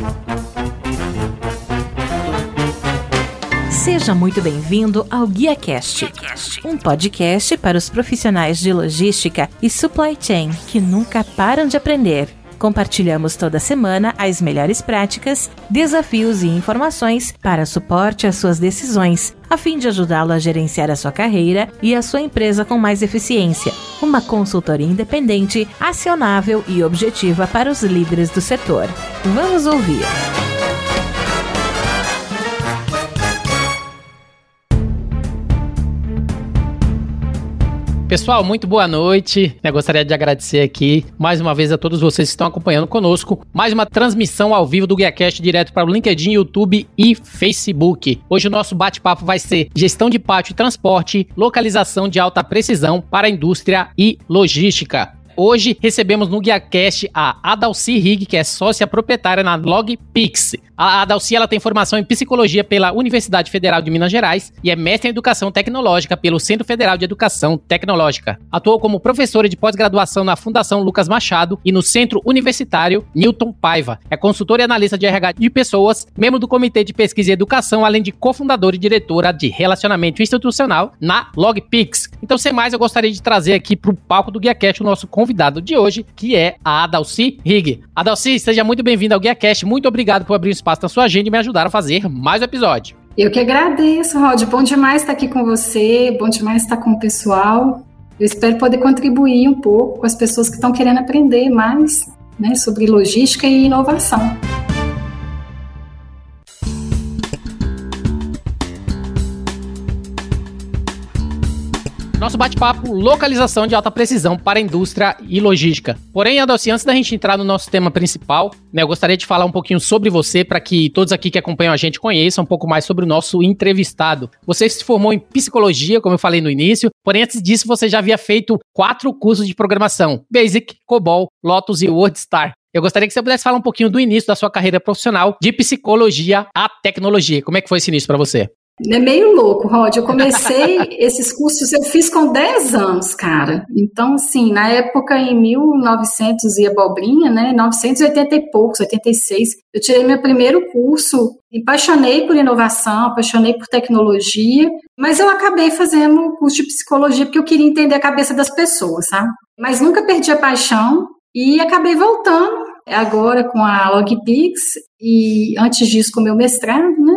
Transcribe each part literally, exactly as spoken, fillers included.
Seja muito bem-vindo ao GuiaCast, um podcast para os profissionais de logística e supply chain que nunca param de aprender. Compartilhamos toda semana as melhores práticas, desafios e informações para suporte às suas decisões, a fim de ajudá-lo a gerenciar a sua carreira e a sua empresa com mais eficiência. Uma consultoria independente, acionável e objetiva para os líderes do setor. Vamos ouvir! Pessoal, muito boa noite. Eu gostaria de agradecer aqui mais uma vez a todos vocês que estão acompanhando conosco. Mais uma transmissão ao vivo do GuiaCast direto para o LinkedIn, YouTube e Facebook. Hoje o nosso bate-papo vai ser gestão de pátio e transporte, localização de alta precisão para a indústria e logística. Hoje recebemos no GuiaCast a Adalci Rigg, que é sócia proprietária na LogPix. A Adalci ela tem formação em psicologia pela Universidade Federal de Minas Gerais e é mestre em educação tecnológica pelo Centro Federal de Educação Tecnológica. Atuou como professora de pós-graduação na Fundação Lucas Machado e no Centro Universitário Newton Paiva. É consultora e analista de R H de pessoas, membro do Comitê de Pesquisa e Educação, além de cofundadora e diretora de Relacionamento Institucional na LogPix. Então, sem mais, eu gostaria de trazer aqui para o palco do GuiaCast o nosso convidado de hoje, que é a Adalci Rigg. Adalci, seja muito bem-vinda ao GuiaCast. Muito obrigado por abrir um espaço na sua agenda e me ajudar a fazer mais um episódio. Eu que agradeço, Rod. Bom demais estar aqui com você, bom demais estar com o pessoal. Eu espero poder contribuir um pouco com as pessoas que estão querendo aprender mais, né, sobre logística e inovação. Nosso bate-papo, localização de alta precisão para a indústria e logística. Porém, Adalci, antes da gente entrar no nosso tema principal, né, eu gostaria de falar um pouquinho sobre você, para que todos aqui que acompanham a gente conheçam um pouco mais sobre o nosso entrevistado. Você se formou em psicologia, como eu falei no início, porém, antes disso, você já havia feito quatro cursos de programação: Basic, COBOL, Lotus e WordStar. Eu gostaria que você pudesse falar um pouquinho do início da sua carreira profissional de psicologia à tecnologia. Como é que foi esse início para você? É meio louco, Rod. Eu comecei esses cursos, eu fiz com dez anos, cara. Então, assim, na época, em mil e novecentos e abobrinha, né, novecentos e oitenta e poucos, oitenta e seis, eu tirei meu primeiro curso, me apaixonei por inovação, apaixonei por tecnologia, mas eu acabei fazendo um curso de psicologia porque eu queria entender a cabeça das pessoas, sabe? Mas nunca perdi a paixão e acabei voltando agora com a LogPix e antes disso com o meu mestrado, né,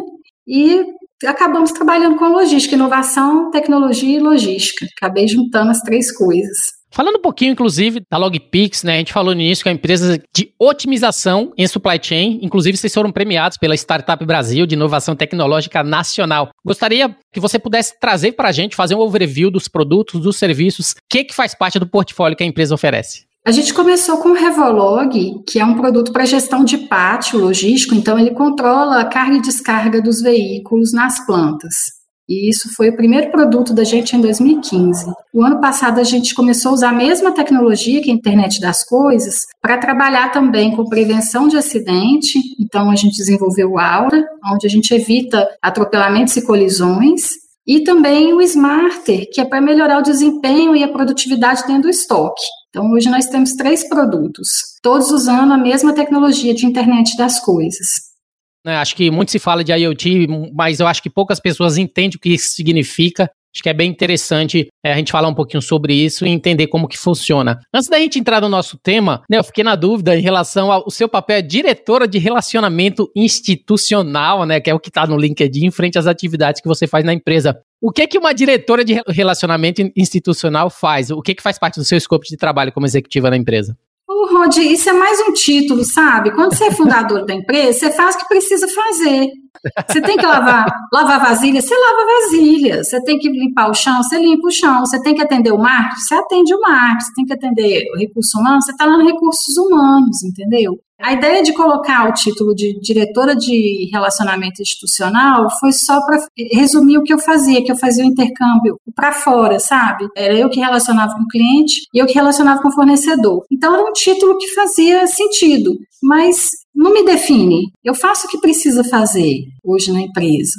e acabamos trabalhando com logística, inovação, tecnologia e logística. Acabei juntando as três coisas. Falando um pouquinho, inclusive, da LogPix, né? A gente falou no início que é uma empresa de otimização em supply chain. Inclusive, vocês foram premiados pela Startup Brasil de Inovação Tecnológica Nacional. Gostaria que você pudesse trazer para a gente, fazer um overview dos produtos, dos serviços, o que, que faz parte do portfólio que a empresa oferece. A gente começou com o Revolog, que é um produto para gestão de pátio logístico, então ele controla a carga e descarga dos veículos nas plantas. E isso foi o primeiro produto da gente em dois mil e quinze. O ano passado a gente começou a usar a mesma tecnologia, que é a internet das coisas, para trabalhar também com prevenção de acidente. Então a gente desenvolveu o Aura, onde a gente evita atropelamentos e colisões. E também o Smarter, que é para melhorar o desempenho e a produtividade dentro do estoque. Então, hoje nós temos três produtos, todos usando a mesma tecnologia de internet das coisas. Acho que muito se fala de IoT, mas eu acho que poucas pessoas entendem o que isso significa. Acho que é bem interessante é, a gente falar um pouquinho sobre isso e entender como que funciona. Antes da gente entrar no nosso tema, né, eu fiquei na dúvida em relação ao seu papel de diretora de relacionamento institucional, né, que é o que está no LinkedIn, frente às atividades que você faz na empresa. O que que uma diretora de relacionamento institucional faz? O que que faz parte do seu escopo de trabalho como executiva na empresa? Ô, Rod, isso é mais um título, sabe? Quando você é fundador da empresa, você faz o que precisa fazer. Você tem que lavar, lavar vasilha, você lava vasilha. Você tem que limpar o chão, você limpa o chão. Você tem que atender o marketing, você atende o marketing. Você tem que atender o recurso humano, você está lá no recursos humanos, entendeu? A ideia de colocar o título de diretora de relacionamento institucional foi só para resumir o que eu fazia, que eu fazia o intercâmbio para fora, sabe? Era eu que relacionava com o cliente e eu que relacionava com o fornecedor. Então era um título que fazia sentido, mas não me define. Eu faço o que precisa fazer hoje na empresa.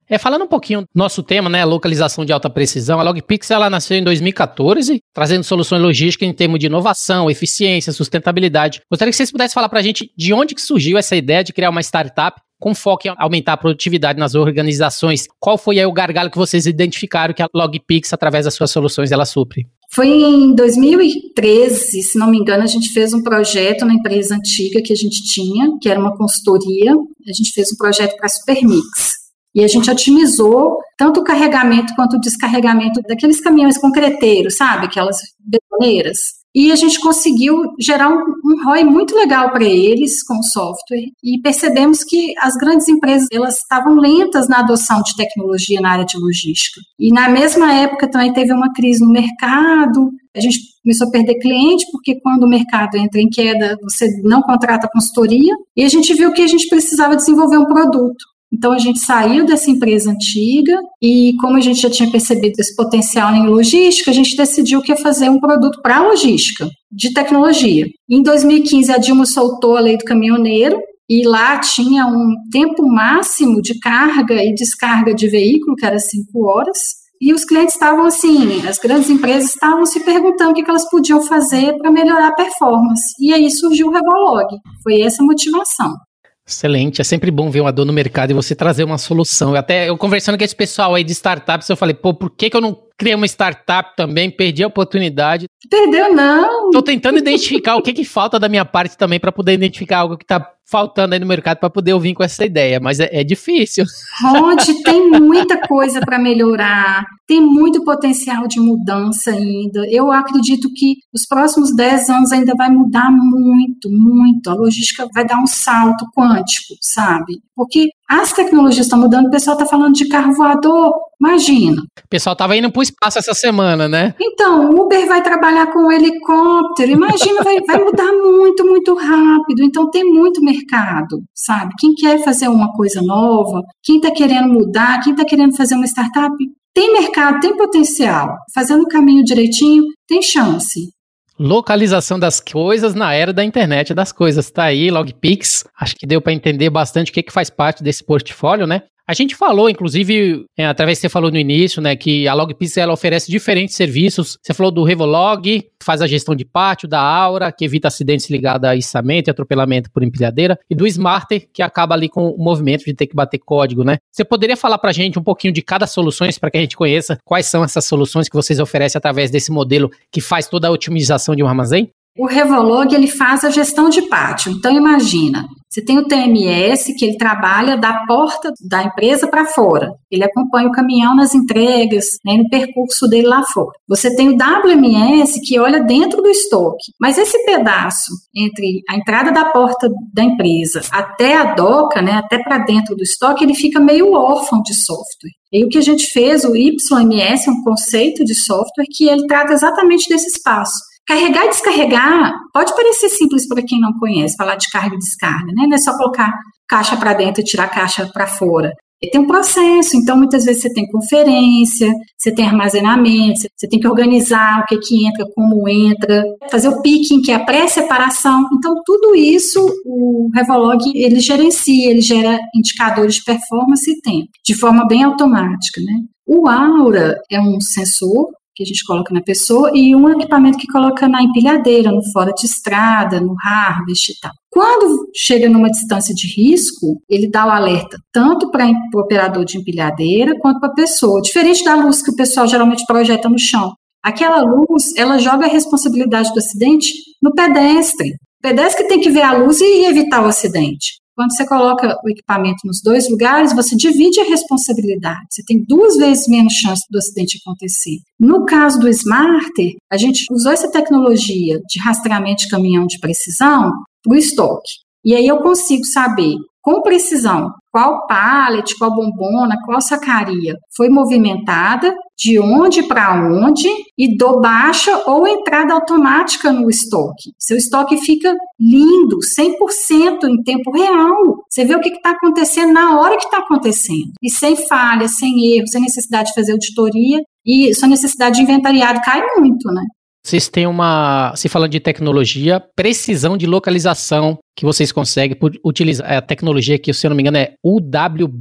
É, falando um pouquinho do nosso tema, né, localização de alta precisão, a LogPix ela nasceu em dois mil e quatorze, trazendo soluções logísticas em termos de inovação, eficiência, sustentabilidade. Gostaria que vocês pudessem falar para a gente de onde que surgiu essa ideia de criar uma startup com foco em aumentar a produtividade nas organizações. Qual foi aí o gargalo que vocês identificaram que a LogPix, através das suas soluções, ela supre? Foi em dois mil e treze, se não me engano, a gente fez um projeto na empresa antiga que a gente tinha, que era uma consultoria. A gente fez um projeto para a Supermix. E a gente otimizou tanto o carregamento quanto o descarregamento daqueles caminhões concreteiros, sabe? Aquelas betoneiras. E a gente conseguiu gerar um, um R O I muito legal para eles com o software. E percebemos que as grandes empresas elas estavam lentas na adoção de tecnologia na área de logística. E na mesma época também teve uma crise no mercado. A gente começou a perder cliente, porque quando o mercado entra em queda, você não contrata consultoria. E a gente viu que a gente precisava desenvolver um produto. Então, a gente saiu dessa empresa antiga e, como a gente já tinha percebido esse potencial em logística, a gente decidiu que ia fazer um produto para logística, de tecnologia. Em dois mil e quinze, a Dilma soltou a lei do caminhoneiro e lá tinha um tempo máximo de carga e descarga de veículo, que era cinco horas. E os clientes estavam assim, as grandes empresas estavam se perguntando o que elas podiam fazer para melhorar a performance. E aí surgiu o Revolog. Foi essa a motivação. Excelente, é sempre bom ver uma dor no mercado e você trazer uma solução. Eu até, eu conversando com esse pessoal aí de startups, eu falei, pô, por que que eu não criei uma startup também, perdi a oportunidade? Perdeu não! Tô tentando identificar o que que falta da minha parte também para poder identificar algo que tá faltando aí no mercado para poder eu vir com essa ideia, mas é, é difícil. Rod, tem muita coisa para melhorar, tem muito potencial de mudança ainda. Eu acredito que os próximos dez anos ainda vai mudar muito, muito. A logística vai dar um salto quântico, sabe? Porque as tecnologias estão mudando, o pessoal está falando de carro voador, imagina. O pessoal estava indo para o espaço essa semana, né? Então, o Uber vai trabalhar com um helicóptero, imagina, vai, vai mudar muito, muito rápido. Então, tem muito mercado, sabe? Quem quer fazer uma coisa nova, quem está querendo mudar, quem está querendo fazer uma startup, tem mercado, tem potencial. Fazendo o caminho direitinho, tem chance. Localização das coisas na era da internet das coisas. Tá aí, LogPix. Acho que deu para entender bastante o que, que faz parte desse portfólio, né? A gente falou, inclusive, é, através que você falou no início, né, que a LogPix ela oferece diferentes serviços. Você falou do Revolog, que faz a gestão de pátio, da Aura, que evita acidentes ligados a içamento e atropelamento por empilhadeira, e do Smarter, que acaba ali com o movimento de ter que bater código, né? Você poderia falar pra gente um pouquinho de cada solução para que a gente conheça quais são essas soluções que vocês oferecem através desse modelo que faz toda a otimização de um armazém? O Revolog, ele faz a gestão de pátio. Então, imagina, você tem o T M S, que ele trabalha da porta da empresa para fora. Ele acompanha o caminhão nas entregas, né, no percurso dele lá fora. Você tem o W M S, que olha dentro do estoque. Mas esse pedaço entre a entrada da porta da empresa até a doca, né, até para dentro do estoque, ele fica meio órfão de software. E o que a gente fez, o Y M S, é um conceito de software que ele trata exatamente desse espaço. Carregar e descarregar pode parecer simples para quem não conhece, falar de carga e descarga, né? Não é só colocar caixa para dentro e tirar caixa para fora. Tem um processo, então muitas vezes você tem conferência, você tem armazenamento, você tem que organizar o que que entra, como entra, fazer o picking, que é a pré-separação. Então tudo isso o Revolog ele gerencia, ele gera indicadores de performance e tempo, de forma bem automática, né? O Aura é um sensor que a gente coloca na pessoa, e um equipamento que coloca na empilhadeira, no fora de estrada, no harvest e tal. Quando chega numa distância de risco, ele dá o alerta tanto para o operador de empilhadeira quanto para a pessoa, diferente da luz que o pessoal geralmente projeta no chão. Aquela luz, ela joga a responsabilidade do acidente no pedestre. O pedestre tem que ver a luz e evitar o acidente. Quando você coloca o equipamento nos dois lugares, você divide a responsabilidade. Você tem duas vezes menos chance do acidente acontecer. No caso do Smarter, a gente usou essa tecnologia de rastreamento de caminhão de precisão para o estoque. E aí eu consigo saber com precisão qual pallet, qual bombona, qual sacaria foi movimentada, de onde para onde, e dou baixa ou entrada automática no estoque. Seu estoque fica lindo, cem por cento em tempo real. Você vê o que está acontecendo na hora que está acontecendo. E sem falha, sem erro, sem necessidade de fazer auditoria, e sua necessidade de inventariado cai muito, né? Vocês têm uma, se falando de tecnologia, precisão de localização que vocês conseguem por utilizar a tecnologia que, se eu não me engano, é U W B.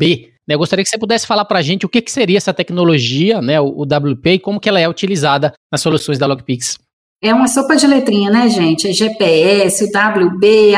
Eu gostaria que você pudesse falar para a gente o que, que seria essa tecnologia, né, o, o W P, e como que ela é utilizada nas soluções da LogPix. É uma sopa de letrinha, né, gente? É G P S, o W B,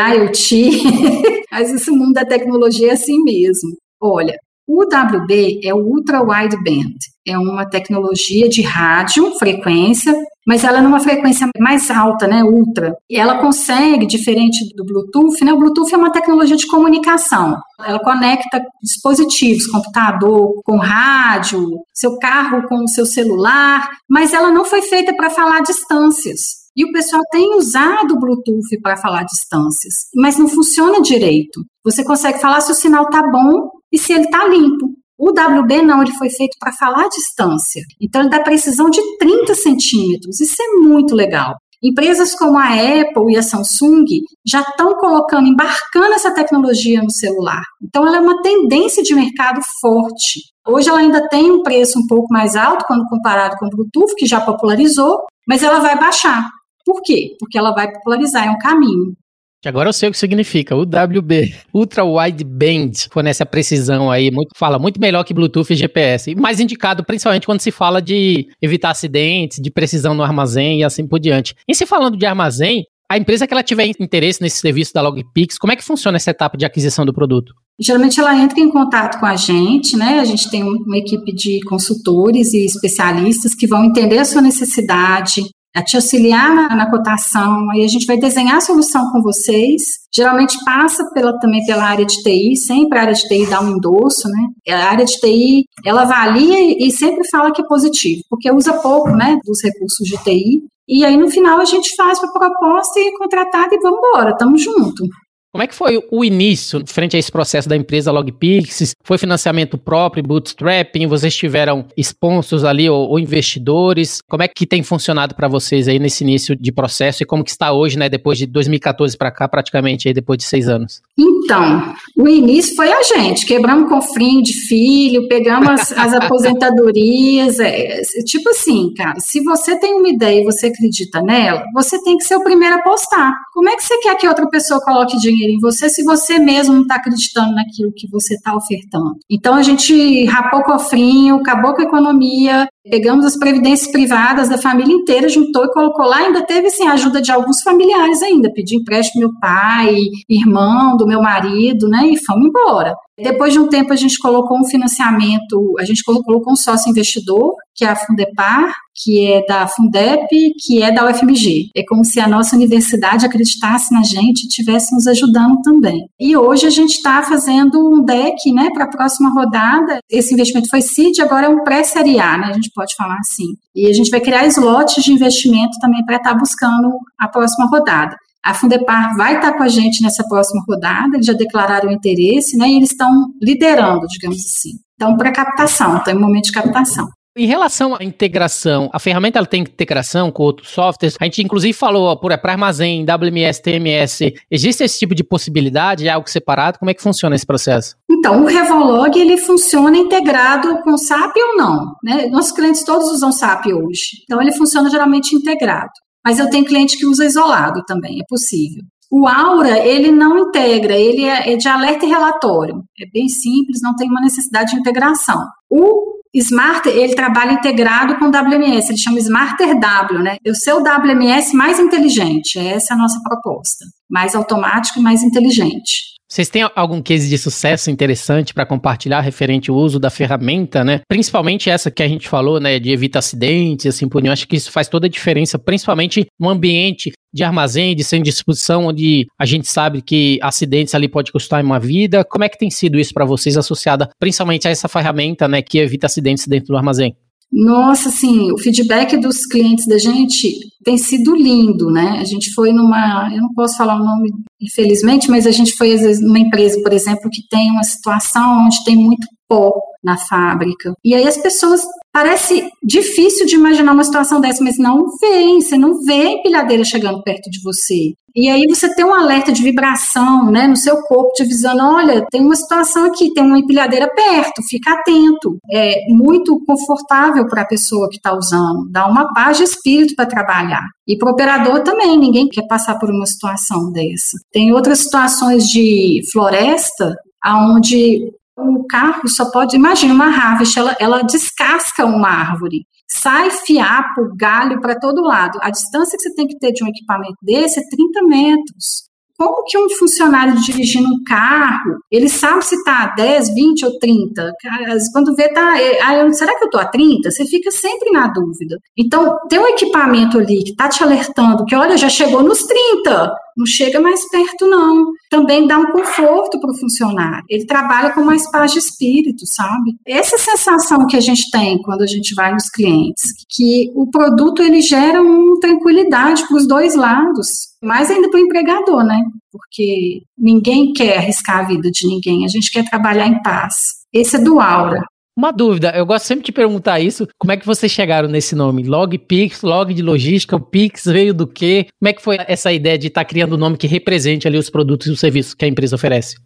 IoT, mas esse mundo da tecnologia é assim mesmo. Olha, o W B é o Ultra Wideband, é uma tecnologia de rádio, frequência, mas ela é numa frequência mais alta, né, ultra. E ela consegue, diferente do Bluetooth, né, o Bluetooth é uma tecnologia de comunicação. Ela conecta dispositivos, computador com rádio, seu carro com o seu celular, mas ela não foi feita para falar distâncias. E o pessoal tem usado o Bluetooth para falar distâncias, mas não funciona direito. Você consegue falar se o sinal está bom e se ele está limpo. O W B não, ele foi feito para falar a distância. Então, ele dá precisão de trinta centímetros. Isso é muito legal. Empresas como a Apple e a Samsung já estão colocando, embarcando essa tecnologia no celular. Então, ela é uma tendência de mercado forte. Hoje, ela ainda tem um preço um pouco mais alto quando comparado com o Bluetooth, que já popularizou, mas ela vai baixar. Por quê? Porque ela vai popularizar, é um caminho. Agora eu sei o que significa, o W B, Ultra Wideband, fornece a precisão aí, muito, fala muito melhor que Bluetooth e G P S, e mais indicado principalmente quando se fala de evitar acidentes, de precisão no armazém e assim por diante. E se falando de armazém, a empresa que ela tiver interesse nesse serviço da LogPix, como é que funciona essa etapa de aquisição do produto? Geralmente ela entra em contato com a gente, né? A gente tem uma equipe de consultores e especialistas que vão entender a sua necessidade, a te auxiliar na, na cotação, aí a gente vai desenhar a solução com vocês, geralmente passa pela, também pela área de T I, sempre a área de T I dá um endosso, né, a área de T I, ela avalia e sempre fala que é positivo, porque usa pouco, né, dos recursos de T I, e aí no final a gente faz a proposta e é contratada e vamos embora, tamo junto. Como é que foi o início frente a esse processo da empresa LogPix? Foi financiamento próprio, bootstrapping? Vocês tiveram sponsors ali ou, ou investidores? Como é que tem funcionado para vocês aí nesse início de processo e como que está hoje, né, depois de dois mil e catorze para cá, praticamente aí depois de seis anos? Então, o início foi a gente, quebramos cofrinho de filho, pegamos as, as aposentadorias, é, tipo assim, cara, se você tem uma ideia e você acredita nela, você tem que ser o primeiro a apostar. Como é que você quer que outra pessoa coloque dinheiro em você se você mesmo não está acreditando naquilo que você está ofertando? Então, a gente rapou o cofrinho, acabou com a economia, pegamos as previdências privadas da família inteira, juntou e colocou lá, ainda teve assim, a ajuda de alguns familiares ainda, pedi empréstimo do meu pai, irmão do meu marido, né, e fomos embora. Depois de um tempo a gente colocou um financiamento, a gente colocou um sócio investidor, que é a Fundepar, que é da Fundep, que é da U F M G. É como se a nossa universidade acreditasse na gente e estivesse nos ajudando também. E hoje a gente está fazendo um deck, né, para a próxima rodada. Esse investimento foi seed, agora é um pré-série A, né, a gente pode falar assim. E a gente vai criar slots de investimento também para estar buscando a próxima rodada. A Fundepar vai estar com a gente nessa próxima rodada, eles já declararam o interesse, né, e eles estão liderando, digamos assim. Então, para captação, está em momento de captação. Em relação à integração, a ferramenta ela tem integração com outros softwares? A gente inclusive falou para armazém, W M S, T M S, existe esse tipo de possibilidade, é algo separado? Como é que funciona esse processo? Então, o Revolog, ele funciona integrado com S A P ou não, né? Nossos clientes todos usam S A P hoje, então ele funciona geralmente integrado. Mas eu tenho cliente que usa isolado também, é possível. O Aura, ele não integra, ele é de alerta e relatório. É bem simples, não tem uma necessidade de integração. O Smart, ele trabalha integrado com o W M S, ele chama Smarter W, né? É o seu W M S mais inteligente, essa é a nossa proposta. Mais automático e mais inteligente. Vocês têm algum case de sucesso interessante para compartilhar referente ao uso da ferramenta, né? Principalmente essa que a gente falou, né, de evita acidentes, assim por diante. Acho que isso faz toda a diferença, principalmente no ambiente de armazém, de sem disposição, onde a gente sabe que acidentes ali pode custar uma vida. Como é que tem sido isso para vocês, associada principalmente a essa ferramenta, né, que evita acidentes dentro do armazém? Nossa, assim, o feedback dos clientes da gente tem sido lindo, né? A gente foi numa, eu não posso falar o nome, infelizmente, mas a gente foi, às vezes, numa empresa, por exemplo, que tem uma situação onde tem muito pó na fábrica. E aí as pessoas, parece difícil de imaginar uma situação dessa, mas não vem, você não vê a empilhadeira chegando perto de você. E aí você tem um alerta de vibração, né, no seu corpo, te avisando, olha, tem uma situação aqui, tem uma empilhadeira perto, fica atento. É muito confortável para a pessoa que está usando, dá uma paz de espírito para trabalhar. E para o operador também, ninguém quer passar por uma situação dessa. Tem outras situações de floresta, onde O carro só pode, imagina uma harvest, ela, ela descasca uma árvore, sai fiapo, galho para todo lado. A distância que você tem que ter de um equipamento desse é trinta metros. Como que um funcionário dirigindo um carro, ele sabe se está a dez, vinte ou trinta? Quando vê, tá, ah, será que eu estou a trinta? Você fica sempre na dúvida. Então, tem um equipamento ali que está te alertando que, olha, já chegou nos trinta, não chega mais perto não. Também dá um conforto para o funcionário. Ele trabalha com mais paz de espírito, sabe? Essa sensação que a gente tem quando a gente vai nos clientes, que o produto ele gera uma tranquilidade para os dois lados, mais ainda para o empregador, né? Porque ninguém quer arriscar a vida de ninguém, a gente quer trabalhar em paz. Esse é do Aura. Uma dúvida, eu gosto sempre de perguntar isso, como é que vocês chegaram nesse nome? LogPix, log de logística, o Pix veio do quê? Como é que foi essa ideia de estar tá criando um nome que represente ali os produtos e os serviços que a empresa oferece?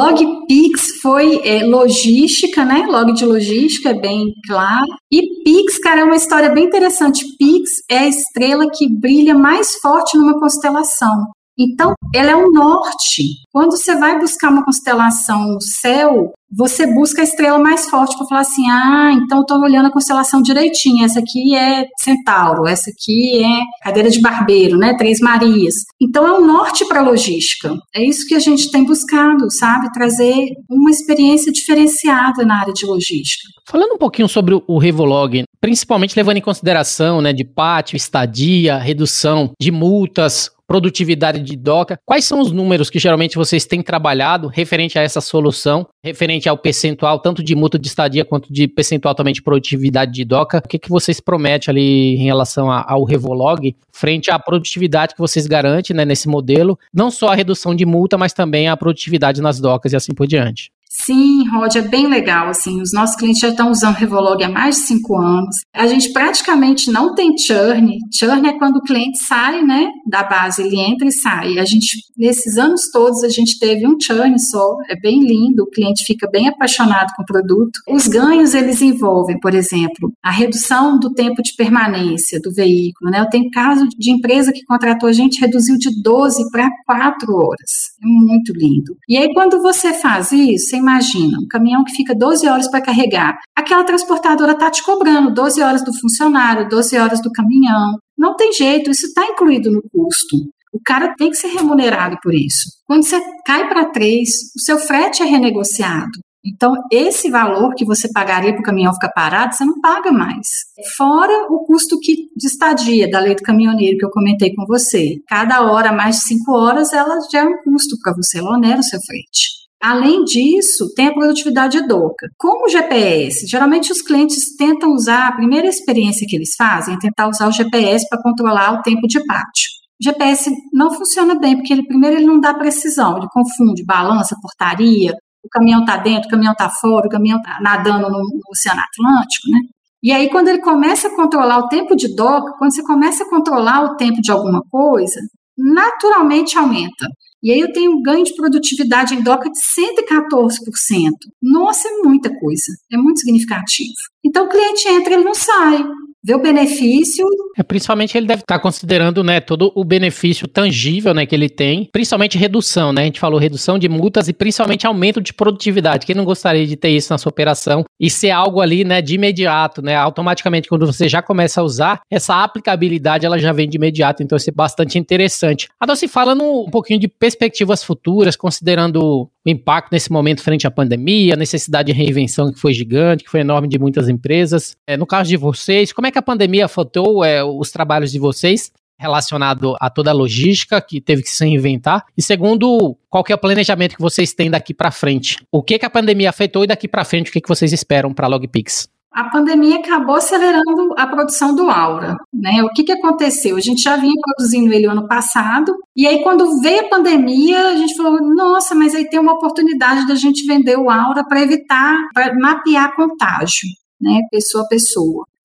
LogPix foi é, logística, né? Log de logística, é bem claro. E Pix, cara, é uma história bem interessante. Pix é a estrela que brilha mais forte numa constelação. Então, ela é o norte. Quando você vai buscar uma constelação no céu, você busca a estrela mais forte para falar assim, ah, então eu estou olhando a constelação direitinho, essa aqui é Centauro, essa aqui é Cadeira de Barbeiro, né, Três Marias. Então é o norte para a logística. É isso que a gente tem buscado, sabe, trazer uma experiência diferenciada na área de logística. Falando um pouquinho sobre o Revolog, principalmente levando em consideração, né, de pátio, estadia, redução de multas, produtividade de doca, quais são os números que geralmente vocês têm trabalhado referente a essa solução, referente ao percentual, tanto de multa de estadia quanto de percentual também de produtividade de doca? O que, que vocês prometem ali em relação a, ao Revolog, frente à produtividade que vocês garantem, né, nesse modelo, não só a redução de multa, mas também a produtividade nas docas e assim por diante? Sim, Rod, é bem legal, assim, os nossos clientes já estão usando o Revolog há mais de cinco anos, a gente praticamente não tem churn, churn é quando o cliente sai, né, da base, ele entra e sai, a gente, nesses anos todos, a gente teve um churn só, é bem lindo, o cliente fica bem apaixonado com o produto. Os ganhos, eles envolvem, por exemplo, a redução do tempo de permanência do veículo, né, eu tenho caso de empresa que contratou a gente, reduziu de doze para quatro horas, é muito lindo. E aí, quando você faz isso, você imagina, um caminhão que fica doze horas para carregar, aquela transportadora está te cobrando doze horas do funcionário, doze horas do caminhão. Não tem jeito, isso está incluído no custo. O cara tem que ser remunerado por isso. Quando você cai para três, o seu frete é renegociado. Então, esse valor que você pagaria para o caminhão ficar parado, você não paga mais. Fora o custo que, de estadia da lei do caminhoneiro que eu comentei com você. Cada hora, mais de cinco horas, ela gera um custo para você, ela onera o seu frete. Além disso, tem a produtividade de doca. Como o G P S, geralmente os clientes tentam usar, a primeira experiência que eles fazem é tentar usar o G P S para controlar o tempo de pátio. O G P S não funciona bem, porque ele primeiro ele não dá precisão, ele confunde balança, portaria, o caminhão está dentro, o caminhão está fora, o caminhão está nadando no, no Oceano Atlântico, né? E aí, quando ele começa a controlar o tempo de doca, quando você começa a controlar o tempo de alguma coisa, naturalmente aumenta. E aí eu tenho um ganho de produtividade em doca de cento e quatorze por cento. Nossa, é muita coisa, é muito significativo. Então o cliente entra, ele não sai. Vê o benefício. É, principalmente ele deve estar considerando, né, todo o benefício tangível, né, que ele tem, principalmente redução, né, a gente falou redução de multas e principalmente aumento de produtividade. Quem não gostaria de ter isso na sua operação e ser algo ali, né, de imediato, né, automaticamente quando você já começa a usar, essa aplicabilidade ela já vem de imediato, então isso é bastante interessante. Adalci, falando um pouquinho de perspectivas futuras, considerando o impacto nesse momento frente à pandemia, a necessidade de reinvenção que foi gigante, que foi enorme de muitas empresas. É, no caso de vocês, como é que a pandemia afetou é, os trabalhos de vocês relacionado a toda a logística que teve que se reinventar? E segundo, qual que é o planejamento que vocês têm daqui para frente? O que que a pandemia afetou e daqui para frente o que que vocês esperam para a LogPix? A pandemia acabou acelerando a produção do Aura, né? O que que aconteceu? A gente já vinha produzindo ele ano passado, e aí quando veio a pandemia, a gente falou, nossa, mas aí tem uma oportunidade da gente vender o Aura para evitar, para mapear contágio, né? Pessoa a pessoa.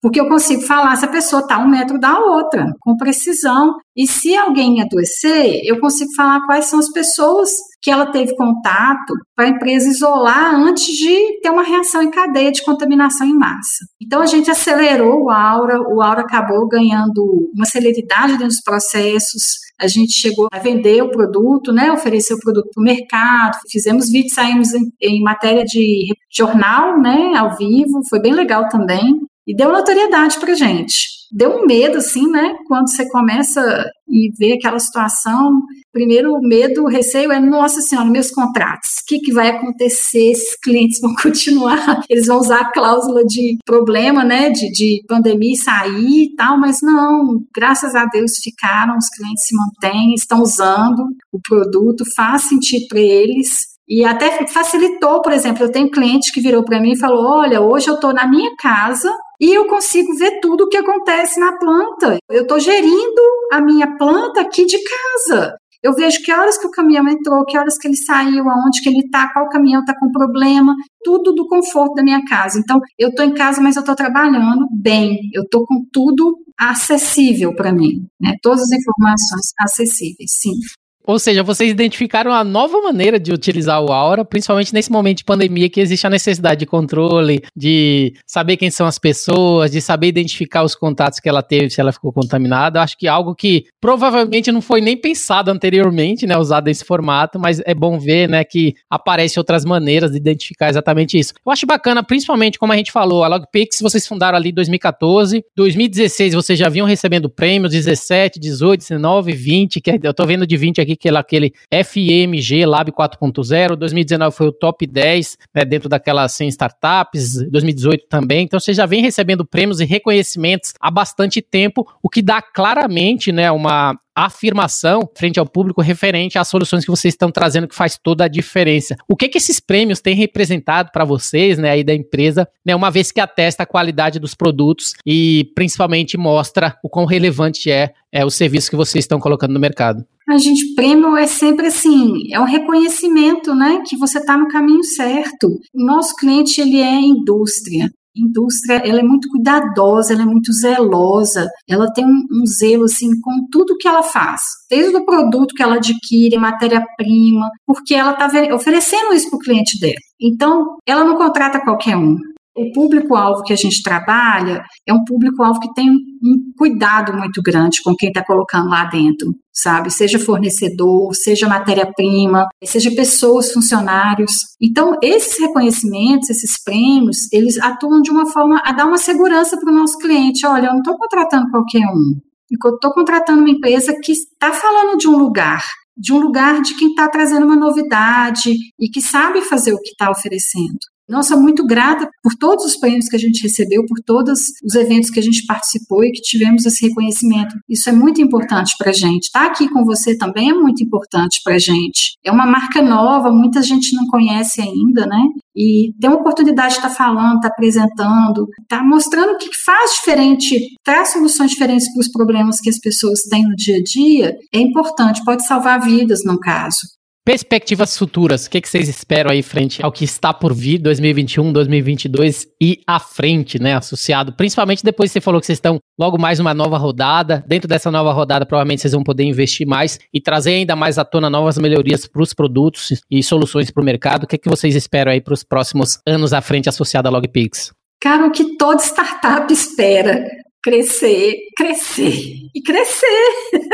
porque eu consigo falar se a pessoa está um metro da outra, com precisão. E se alguém adoecer, eu consigo falar quais são as pessoas que ela teve contato para a empresa isolar antes de ter uma reação em cadeia de contaminação em massa. Então, a gente acelerou o Aura, o Aura acabou ganhando uma celeridade dentro dos processos, a gente chegou a vender o produto, né, oferecer o produto para o mercado, fizemos vídeos, saímos em, em matéria de jornal, né, ao vivo, foi bem legal também, e deu notoriedade para a gente. Deu um medo, assim, né, quando você começa e vê aquela situação. Primeiro, o medo, o receio é, nossa senhora, meus contratos, o que, que vai acontecer? Esses clientes vão continuar, eles vão usar a cláusula de problema, né, de, de pandemia e sair e tal, mas não, graças a Deus ficaram, os clientes se mantêm, estão usando o produto, faz sentido para eles. E até facilitou, por exemplo, eu tenho cliente que virou para mim e falou, olha, hoje eu estou na minha casa e eu consigo ver tudo o que acontece na planta. Eu estou gerindo a minha planta aqui de casa. Eu vejo que horas que o caminhão entrou, que horas que ele saiu, aonde que ele está, qual caminhão está com problema, tudo do conforto da minha casa. Então, eu estou em casa, mas eu estou trabalhando bem, eu estou com tudo acessível para mim, né? Todas as informações acessíveis, sim. Ou seja, vocês identificaram a nova maneira de utilizar o Aura, principalmente nesse momento de pandemia que existe a necessidade de controle, de saber quem são as pessoas, de saber identificar os contatos que ela teve, se ela ficou contaminada. Eu acho que é algo que provavelmente não foi nem pensado anteriormente, né, usado nesse formato, mas é bom ver, né, que aparecem outras maneiras de identificar exatamente isso. Eu acho bacana, principalmente como a gente falou, a LogPix vocês fundaram ali em dois mil e catorze, dois mil e dezesseis vocês já vinham recebendo prêmios, dezessete, dezoito, dezenove, vinte, que eu tô vendo de vinte aqui, que é aquele F M G Lab quatro ponto zero, dois mil e dezenove foi o top dez, né, dentro daquelas cem startups, dois mil e dezoito também, então você já vem recebendo prêmios e reconhecimentos há bastante tempo, o que dá claramente, né, uma afirmação frente ao público referente às soluções que vocês estão trazendo, que faz toda a diferença. O que que esses prêmios têm representado para vocês, né, aí da empresa, né, uma vez que atesta a qualidade dos produtos e principalmente mostra o quão relevante é, é o serviço que vocês estão colocando no mercado? A gente, prêmio é sempre assim, é um reconhecimento, né, que você está no caminho certo. O nosso cliente, ele é indústria. Indústria, ela é muito cuidadosa, ela é muito zelosa, ela tem um, um zelo, assim, com tudo que ela faz, desde o produto que ela adquire, matéria-prima, porque ela está oferecendo isso para o cliente dela. Então, ela não contrata qualquer um. O público-alvo que a gente trabalha é um público-alvo que tem um cuidado muito grande com quem está colocando lá dentro, sabe? Seja fornecedor, seja matéria-prima, seja pessoas, funcionários. Então, esses reconhecimentos, esses prêmios, eles atuam de uma forma a dar uma segurança para o nosso cliente. Olha, eu não estou contratando qualquer um. Eu estou contratando uma empresa que está falando de um lugar, de um lugar de quem está trazendo uma novidade e que sabe fazer o que está oferecendo. Nossa, sou muito grata por todos os prêmios que a gente recebeu, por todos os eventos que a gente participou e que tivemos esse reconhecimento. Isso é muito importante para a gente. Estar aqui com você também é muito importante para a gente. É uma marca nova, muita gente não conhece ainda, né? E ter uma oportunidade de estar falando, estar apresentando, estar mostrando o que faz diferente, traz soluções diferentes para os problemas que as pessoas têm no dia a dia, é importante, pode salvar vidas no caso. Perspectivas futuras, o que, que vocês esperam aí frente ao que está por vir dois mil e vinte e um, dois mil e vinte e dois e à frente, né, associado, principalmente depois que você falou que vocês estão logo mais uma nova rodada, dentro dessa nova rodada provavelmente vocês vão poder investir mais e trazer ainda mais à tona novas melhorias para os produtos e soluções para o mercado. O que, que vocês esperam aí para os próximos anos à frente associado à LogPix? Cara, o que toda startup espera, crescer, crescer e crescer.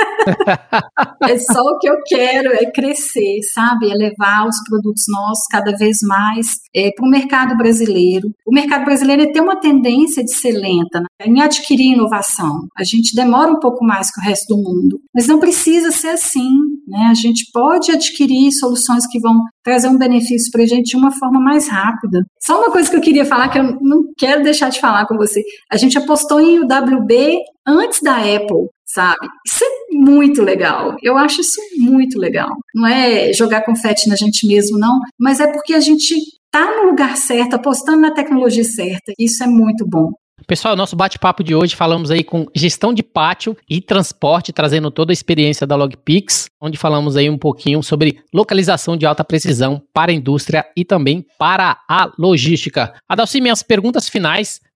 É só o que eu quero, é crescer, sabe? É levar os produtos nossos cada vez mais é, para o mercado brasileiro. O mercado brasileiro tem uma tendência de ser lenta, né, em adquirir inovação. A gente demora um pouco mais que o resto do mundo, mas não precisa ser assim, né? A gente pode adquirir soluções que vão trazer um benefício para a gente de uma forma mais rápida. Só uma coisa que eu queria falar, que eu não quero deixar de falar com você. A gente apostou em U W B antes da Apple, sabe? Isso é muito legal. Eu acho isso muito legal. Não é jogar confete na gente mesmo, não, mas é porque a gente está no lugar certo, apostando na tecnologia certa. Isso é muito bom. Pessoal, nosso bate-papo de hoje, falamos aí com gestão de pátio e transporte, trazendo toda a experiência da LogPix, onde falamos aí um pouquinho sobre localização de alta precisão para a indústria e também para a logística. Adalci, minhas perguntas finais,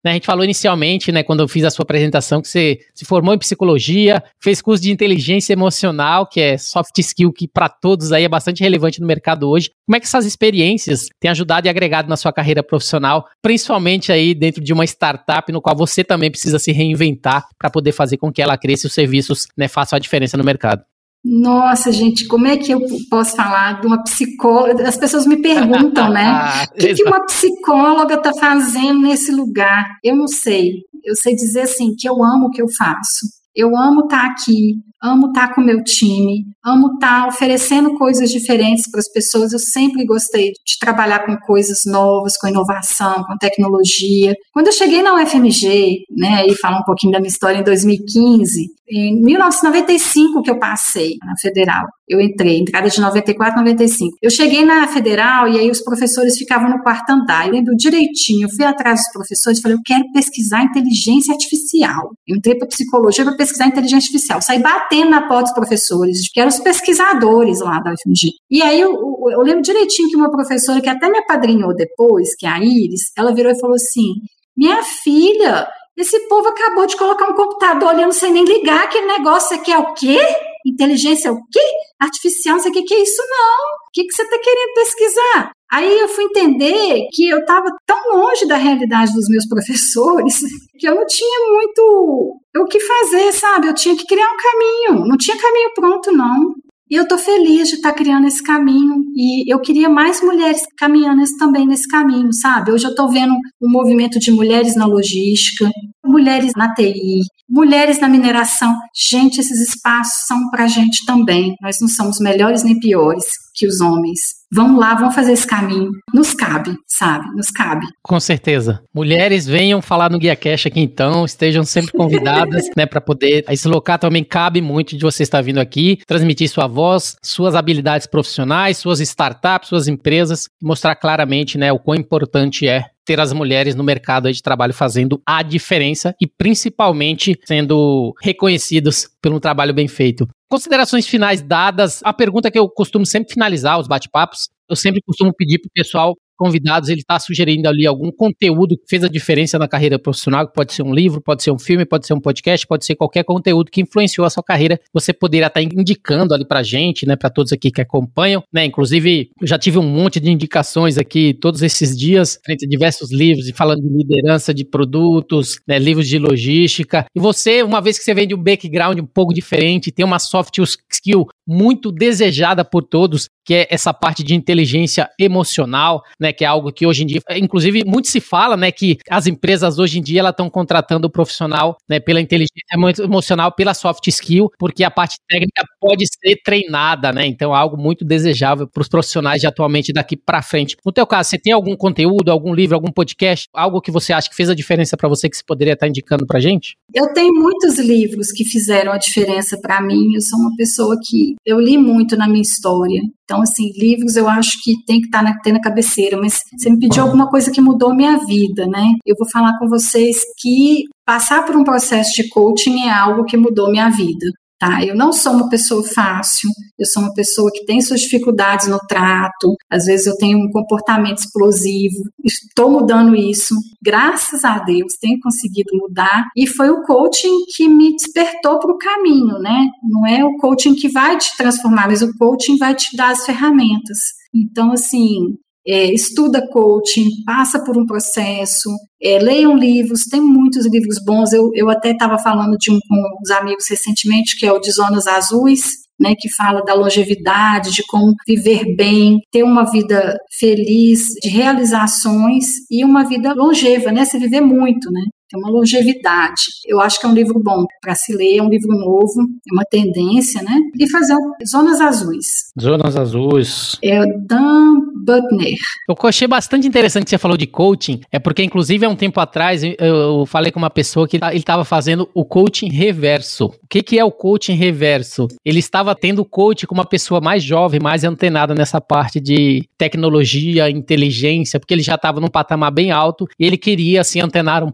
A gente falou inicialmente, né, quando eu fiz a sua apresentação, que você se formou em psicologia, fez curso de inteligência emocional, que é soft skill que para todos aí é bastante relevante no mercado hoje. Como é que essas experiências têm ajudado e agregado na sua carreira profissional, principalmente aí dentro de uma startup no qual você também precisa se reinventar para poder fazer com que ela cresça e os serviços, né, façam a diferença no mercado? Nossa, gente, como é que eu posso falar de uma psicóloga? As pessoas me perguntam, né? O que, que uma psicóloga está fazendo nesse lugar? Eu não sei. Eu sei dizer assim, que eu amo o que eu faço. Eu amo estar aqui, amo estar com o meu time, amo estar oferecendo coisas diferentes para as pessoas. Eu sempre gostei de trabalhar com coisas novas, com inovação, com tecnologia. Quando eu cheguei na U F M G, né, e falar um pouquinho da minha história em dois mil e quinze, em mil novecentos e noventa e cinco que eu passei na Federal, eu entrei, entrada de noventa e quatro, noventa e cinco. Eu cheguei na Federal e aí os professores ficavam no quarto andar. Eu lembro direitinho, eu fui atrás dos professores e falei, eu quero pesquisar inteligência artificial. Eu entrei para psicologia para pesquisar inteligência artificial. Saí batendo na porta dos professores, que eram os pesquisadores lá da U F M G. E aí eu, eu, eu lembro direitinho que uma professora que até me apadrinhou depois, que é a Iris, ela virou e falou assim, minha filha, esse povo acabou de colocar um computador ali, eu não sei nem ligar aquele negócio aqui, é o quê? Inteligência é o quê? Artificial, não sei o que, que é isso não. O que, que você está querendo pesquisar? Aí eu fui entender que eu estava tão longe da realidade dos meus professores que eu não tinha muito o que fazer, sabe? Eu tinha que criar um caminho, não tinha caminho pronto, não. E eu estou feliz de estar tá criando esse caminho e eu queria mais mulheres caminhando esse, também nesse caminho, sabe? Hoje eu estou vendo um movimento de mulheres na logística, mulheres na T I, mulheres na mineração. Gente, esses espaços são para a gente também. Nós não somos melhores nem piores que os homens. Vamos lá, vamos fazer esse caminho. Nos cabe, sabe? Nos cabe. Com certeza. Mulheres, venham falar no GuiaCast aqui então, estejam sempre convidadas, né, para poder... Esse local também cabe muito de você estar vindo aqui, transmitir sua voz, suas habilidades profissionais, suas startups, suas empresas, mostrar claramente, né, o quão importante é ter as mulheres no mercado aí de trabalho fazendo a diferença e principalmente sendo reconhecidos pelo trabalho bem feito. Considerações finais dadas, a pergunta que eu costumo sempre finalizar os bate-papos, eu sempre costumo pedir para o pessoal, convidados, ele está sugerindo ali algum conteúdo que fez a diferença na carreira profissional, que pode ser um livro, pode ser um filme, pode ser um podcast, pode ser qualquer conteúdo que influenciou a sua carreira, você poderia estar indicando ali pra gente, né, para todos aqui que acompanham, né, inclusive eu já tive um monte de indicações aqui todos esses dias, frente a diversos livros, falando de liderança de produtos, né, livros de logística, e você, uma vez que você vem de um background um pouco diferente, tem uma soft skill muito desejada por todos, que é essa parte de inteligência emocional, né, que é algo que hoje em dia, inclusive, muito se fala, né, que as empresas hoje em dia elas estão contratando o profissional, né, pela inteligência emocional, pela soft skill, porque a parte técnica pode ser treinada, né, então é algo muito desejável para os profissionais de atualmente daqui para frente. No teu caso, você tem algum conteúdo, algum livro, algum podcast, algo que você acha que fez a diferença para você que você poderia estar indicando para a gente? Eu tenho muitos livros que fizeram a diferença para mim, eu sou uma pessoa que eu li muito na minha história. Então, assim, livros eu acho que tem que estar na, ter na cabeceira, mas você me pediu alguma coisa que mudou minha vida, né? Eu vou falar com vocês que passar por um processo de coaching é algo que mudou minha vida, tá? Eu não sou uma pessoa fácil, eu sou uma pessoa que tem suas dificuldades no trato, às vezes eu tenho um comportamento explosivo, estou mudando isso, graças a Deus tenho conseguido mudar, e foi o coaching que me despertou para o caminho, né? Não é o coaching que vai te transformar, mas o coaching vai te dar as ferramentas. Então, assim, é, estuda coaching, passa por um processo, é, leiam livros, tem muitos livros bons, eu, eu até estava falando de um com os amigos recentemente, que é o de Zonas Azuis, né, que fala da longevidade, de como viver bem, ter uma vida feliz, de realizações e uma vida longeva, né, você viver muito, né, tem uma longevidade. Eu acho que é um livro bom para se ler, é um livro novo, é uma tendência, né, e fazer Zonas Azuis. Zonas Azuis. É o Dan Buettner. Eu achei bastante interessante que você falou de coaching, é porque inclusive há um tempo atrás eu falei com uma pessoa que ele estava fazendo o coaching reverso. O que, que é o coaching reverso? Ele estava tendo coaching com uma pessoa mais jovem, mais antenada nessa parte de tecnologia, inteligência, porque ele já estava num patamar bem alto e ele queria se antenar um pouco mais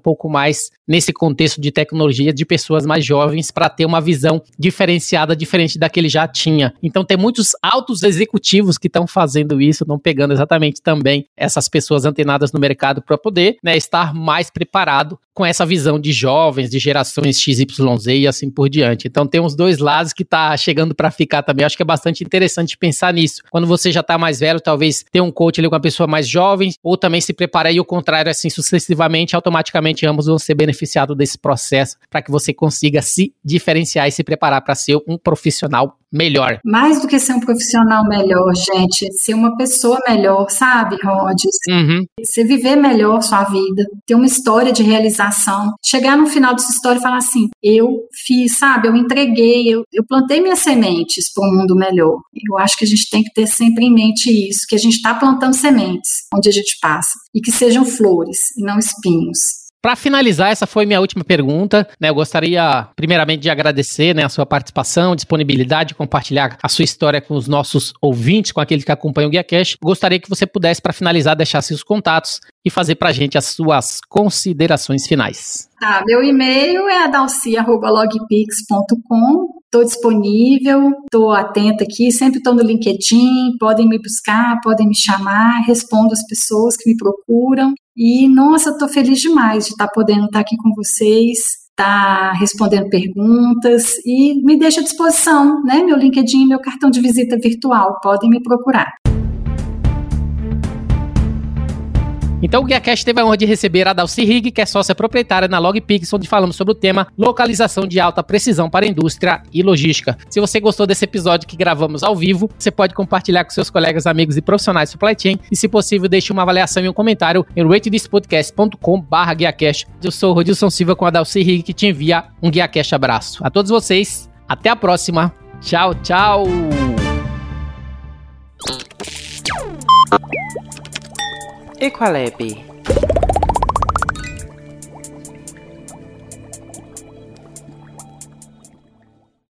mais nesse contexto de tecnologia de pessoas mais jovens para ter uma visão diferenciada, diferente da que ele já tinha. Então tem muitos altos executivos que estão fazendo isso, estão pegando exatamente também essas pessoas antenadas no mercado para poder, né, estar mais preparado com essa visão de jovens, de gerações X Y Z e assim por diante. Então tem os dois lados que tá chegando para ficar também. Eu acho que é bastante interessante pensar nisso. Quando você já tá mais velho, talvez ter um coach ali com uma pessoa mais jovem, ou também se preparar e o contrário, assim, sucessivamente, automaticamente ambos vão ser beneficiados desse processo para que você consiga se diferenciar e se preparar para ser um profissional melhor. Mais do que ser um profissional melhor, gente, ser uma pessoa melhor, sabe, Rhodes? Uhum. Você viver melhor sua vida, ter uma história de realização, chegar no final dessa história e falar assim, eu fiz, sabe, eu entreguei, eu, eu plantei minhas sementes para um mundo melhor. Eu acho que a gente tem que ter sempre em mente isso, que a gente está plantando sementes onde a gente passa, e que sejam flores e não espinhos. Para finalizar, essa foi minha última pergunta, né? Eu gostaria, primeiramente, de agradecer, né, a sua participação, disponibilidade, compartilhar a sua história com os nossos ouvintes, com aqueles que acompanham o GuiaCast. Gostaria que você pudesse, para finalizar, deixar seus contatos e fazer para a gente as suas considerações finais. Tá, meu e-mail é adalci arroba logpix ponto com. Estou disponível, estou atenta aqui, sempre estou no LinkedIn, podem me buscar, podem me chamar, respondo as pessoas que me procuram. E, nossa, estou feliz demais de estar tá podendo estar tá aqui com vocês, estar tá respondendo perguntas e me deixa à disposição, né? Meu LinkedIn, meu cartão de visita virtual, podem me procurar. Então o GuiaCast teve a honra de receber a Dalci Rigg, que é sócia proprietária na LogPix, onde falamos sobre o tema localização de alta precisão para a indústria e logística. Se você gostou desse episódio que gravamos ao vivo, você pode compartilhar com seus colegas, amigos e profissionais de supply chain e, se possível, deixe uma avaliação e um comentário em rate this podcast ponto com barra GuiaCast. Eu sou o Rodilson Silva com a Dalci Rigg, que te envia um GuiaCast abraço. A todos vocês, até a próxima. Tchau, tchau! Equalab.